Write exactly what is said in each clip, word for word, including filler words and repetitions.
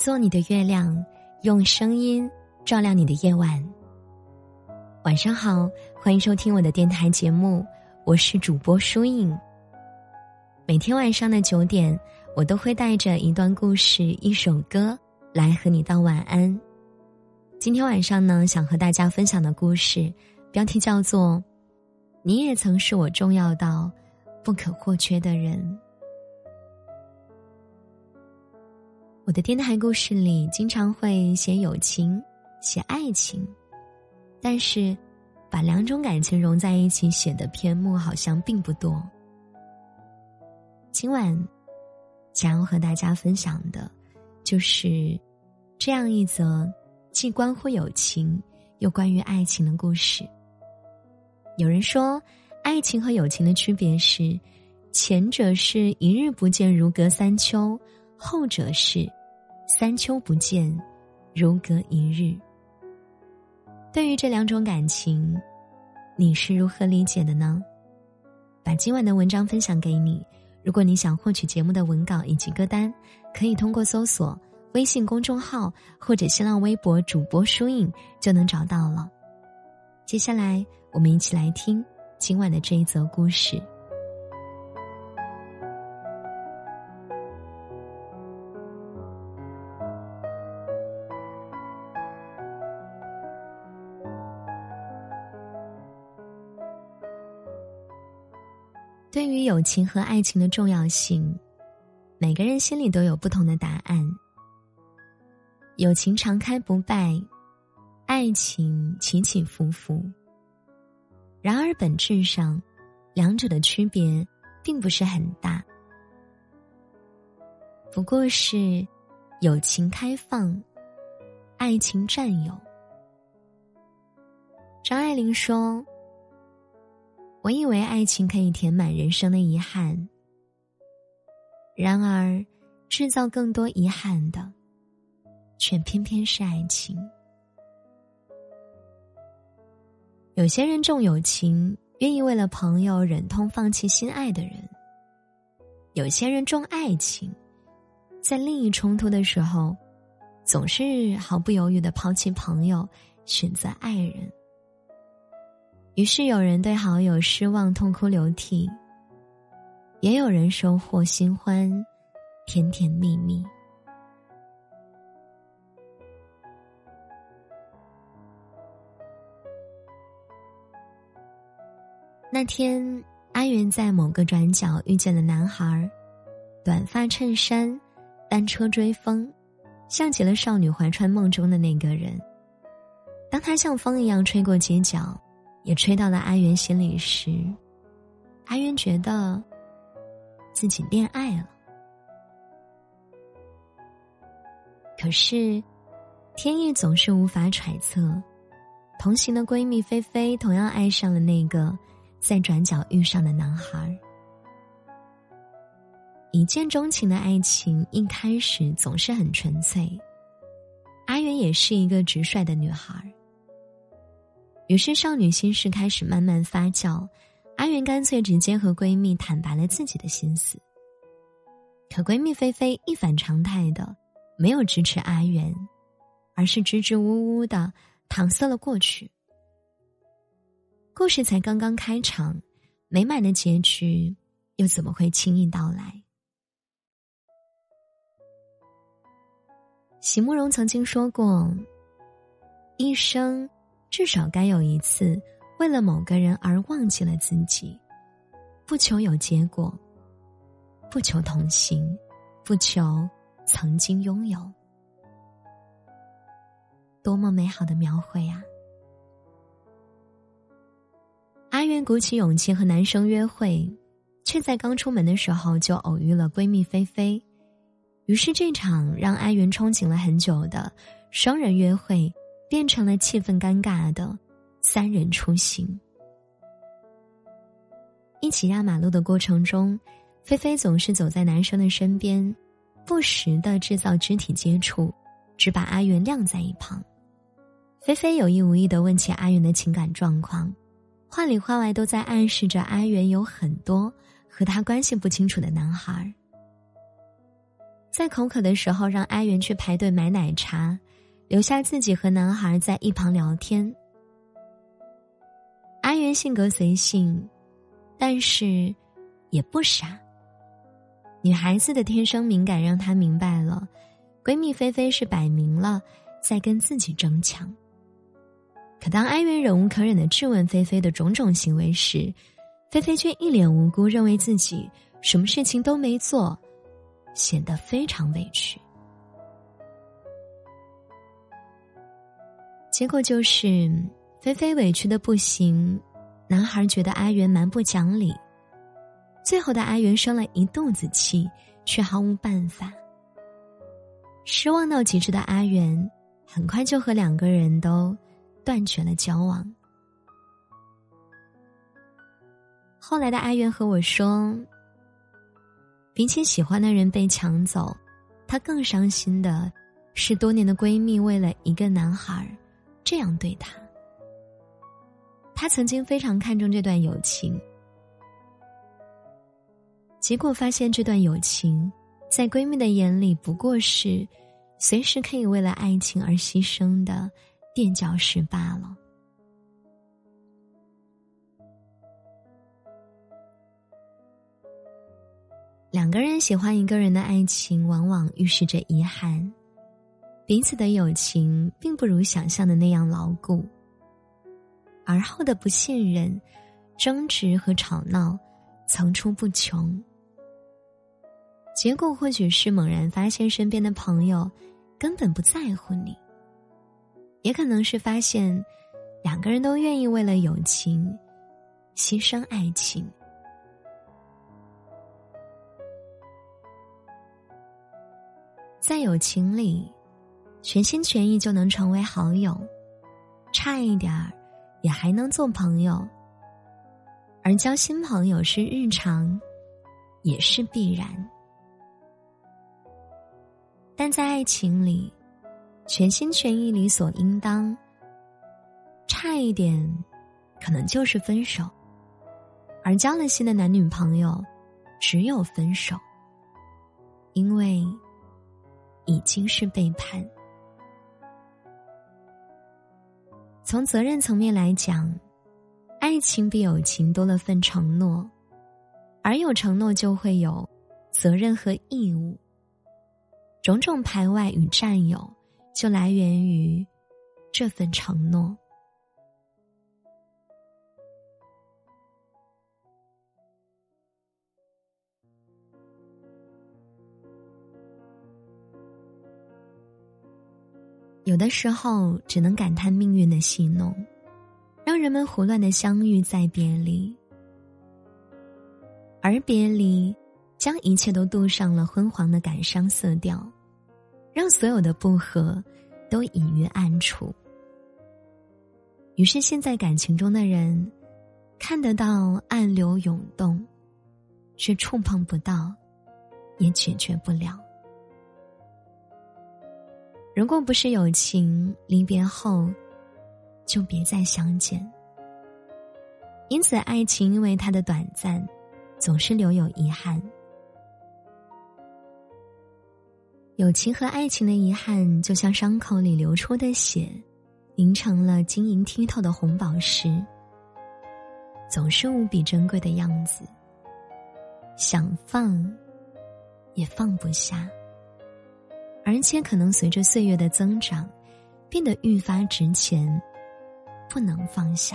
做你的月亮，用声音照亮你的夜晚。晚上好，欢迎收听我的电台节目，我是主播舒影。每天晚上的九点，我都会带着一段故事、一首歌来和你道晚安。今天晚上呢，想和大家分享的故事标题叫做你也曾是我重要到不可或缺的人。我的电台故事里经常会写友情，写爱情，但是把两种感情融在一起写的篇目好像并不多。今晚想要和大家分享的就是这样一则既关乎友情又关于爱情的故事。有人说，爱情和友情的区别是，前者是一日不见如隔三秋，后者是三秋不见如隔一日。对于这两种感情，你是如何理解的呢？把今晚的文章分享给你。如果你想获取节目的文稿以及歌单，可以通过搜索微信公众号或者新浪微博主播舒影就能找到了。接下来我们一起来听今晚的这一则故事。对于友情和爱情的重要性，每个人心里都有不同的答案。友情常开不败，爱情起起伏伏。然而本质上，两者的区别并不是很大，不过是友情开放，爱情占有。张爱玲说，我以为爱情可以填满人生的遗憾，然而制造更多遗憾的却偏偏是爱情。有些人重友情，愿意为了朋友忍痛放弃心爱的人；有些人重爱情，在利益冲突的时候总是毫不犹豫地抛弃朋友，选择爱人。于是有人对好友失望痛哭流涕，也有人收获新欢甜甜蜜蜜。那天阿元在某个转角遇见了男孩，短发衬衫，单车追风，像极了少女怀揣梦中的那个人。当他像风一样吹过街角，也吹到了阿元心里时，阿元觉得自己恋爱了。可是天意总是无法揣测，同行的闺蜜菲菲同样爱上了那个在转角遇上的男孩。一见钟情的爱情一开始总是很纯粹，阿元也是一个直率的女孩。于是少女心事开始慢慢发酵，阿元干脆直接和闺蜜坦白了自己的心思。可闺蜜菲菲一反常态的没有支持阿元，而是支支吾吾的搪塞了过去。故事才刚刚开场，美满的结局又怎么会轻易到来？席慕容曾经说过，一生至少该有一次为了某个人而忘记了自己，不求有结果，不求同行，不求曾经拥有。多么美好的描绘啊！阿元鼓起勇气和男生约会，却在刚出门的时候就偶遇了闺蜜菲菲。于是这场让阿元憧憬了很久的双人约会变成了气氛尴尬的三人出行。一起压马路的过程中，菲菲总是走在男生的身边，不时地制造肢体接触，只把阿元晾在一旁。菲菲有意无意地问起阿元的情感状况，话里话外都在暗示着阿元有很多和他关系不清楚的男孩。 在口渴的时候让阿元去排队买奶茶，留下自己和男孩在一旁聊天。阿元性格随性，但是也不傻。女孩子的天生敏感让她明白了，闺蜜菲菲是摆明了在跟自己争抢。可当阿元忍无可忍地质问菲菲的种种行为时，菲菲却一脸无辜，认为自己什么事情都没做，显得非常委屈。结果就是菲菲委屈的不行，男孩觉得阿元蛮不讲理，最后的阿元生了一肚子气，却毫无办法。失望到极致的阿元很快就和两个人都断绝了交往。后来的阿元和我说，比起喜欢的人被抢走，她更伤心的是多年的闺蜜为了一个男孩这样对她。她曾经非常看重这段友情，结果发现这段友情在闺蜜的眼里不过是随时可以为了爱情而牺牲的垫脚石罢了。两个人喜欢一个人的爱情往往预示着遗憾，彼此的友情并不如想象的那样牢固，而后的不信任、争执和吵闹层出不穷。结果或许是猛然发现身边的朋友根本不在乎你，也可能是发现两个人都愿意为了友情牺牲爱情。在友情里，全心全意就能成为好友，差一点儿也还能做朋友，而交新朋友是日常，也是必然。但在爱情里，全心全意理所应当，差一点可能就是分手，而交了新的男女朋友只有分手，因为已经是背叛。从责任层面来讲，爱情比友情多了份承诺，而有承诺就会有责任和义务，种种排外与占有就来源于这份承诺。有的时候只能感叹命运的戏弄，让人们胡乱的相遇再别离，而别离将一切都镀上了昏黄的感伤色调，让所有的不和都隐于暗处。于是陷在感情中的人看得到暗流涌动，却触碰不到，也解决不了。如果不是友情，离别后就别再相见。因此爱情因为它的短暂，总是留有遗憾。友情和爱情的遗憾就像伤口里流出的血，凝成了晶莹剔透的红宝石，总是无比珍贵的样子，想放也放不下，而且可能随着岁月的增长变得愈发值钱，不能放下。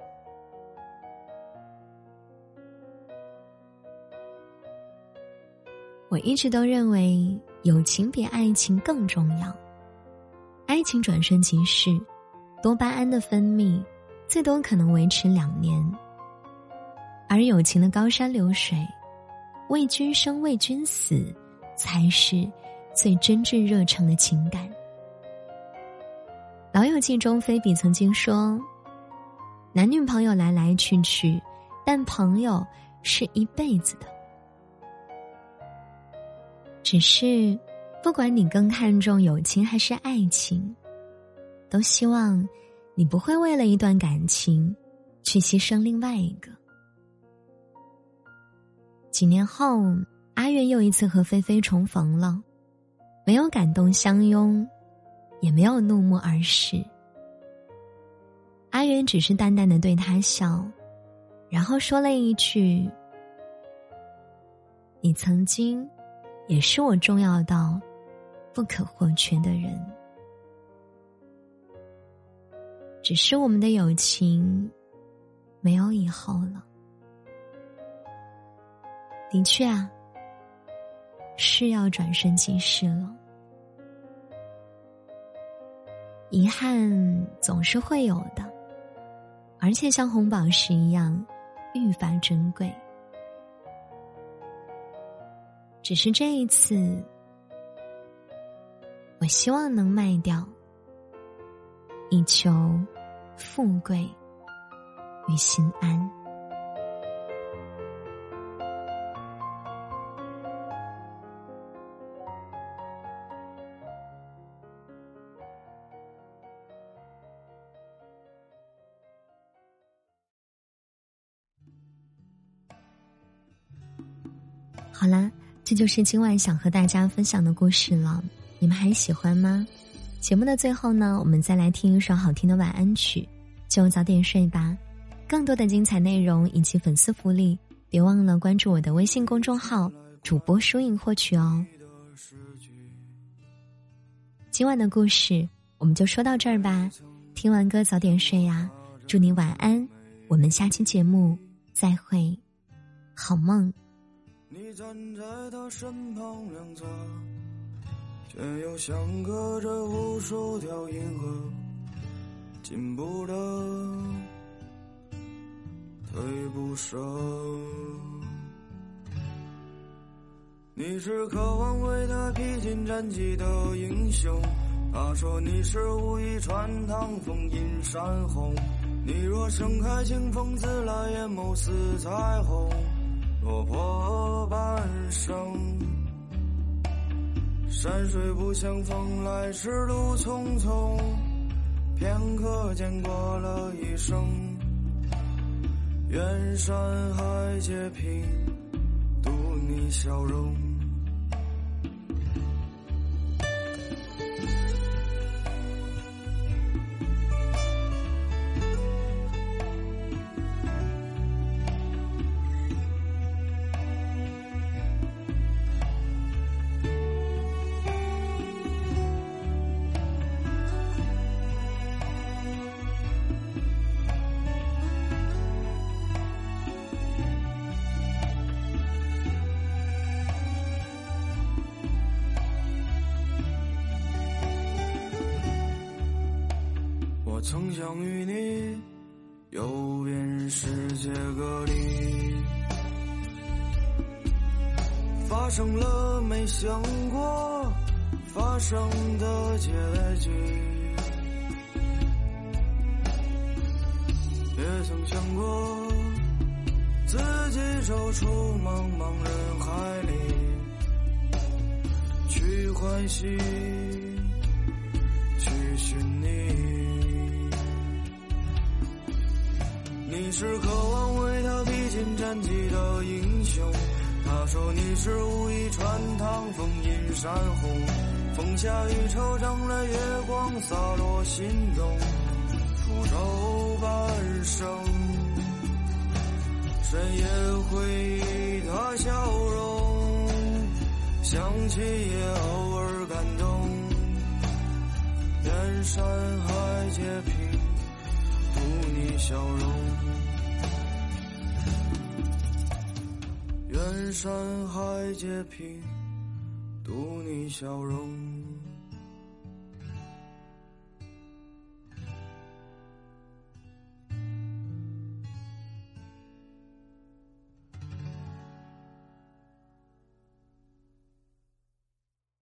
我一直都认为友情比爱情更重要。爱情转瞬即逝，多巴胺的分泌最多可能维持两年，而友情的高山流水，为君生为君死，才是最真挚热诚的情感。老友记中菲比曾经说，男女朋友来来去去，但朋友是一辈子的。只是不管你更看重友情还是爱情，都希望你不会为了一段感情去牺牲另外一个。几年后，阿元又一次和菲菲重逢了， 没有感动相拥，也没有怒目而视。阿元只是淡淡的对他笑，然后说了一句：你曾经也是我重要到不可或缺的人，只是我们的友情没有以后了。的确啊，是要转瞬即逝了。遗憾总是会有的，而且像红宝石一样愈发珍贵。只是这一次，我希望能卖掉，以求富贵与心安。好啦，这就是今晚想和大家分享的故事了，你们还喜欢吗？节目的最后呢，我们再来听一首好听的晚安曲，就早点睡吧。更多的精彩内容以及粉丝福利，别忘了关注我的微信公众号主播书影获取哦。今晚的故事我们就说到这儿吧，听完歌早点睡呀，祝你晚安，我们下期节目再会，好梦。 你站在他身旁两侧，却又相隔着无数条银河，进不得，退不舍。你是渴望为他披荆斩棘的英雄，他说你是武夷穿堂风引山洪。你若盛开清风自来，眼眸似彩虹，落魄半生。山水不相逢，来时路匆匆，片刻间过了一生。愿山海皆平，独你笑容。我曾想与你游遍世界各地，发生了没想过发生的结局，也曾想过自己走出茫茫人海里，去欢喜，去寻你。你是渴望为他披荆斩棘的英雄，他说你是武夷穿堂风引山洪。风下雨惆怅了月光洒落心中，出走半生，深夜回忆他笑容，想起也偶尔感动。愿山海皆平，独你笑容。愿山海皆平，独你笑容。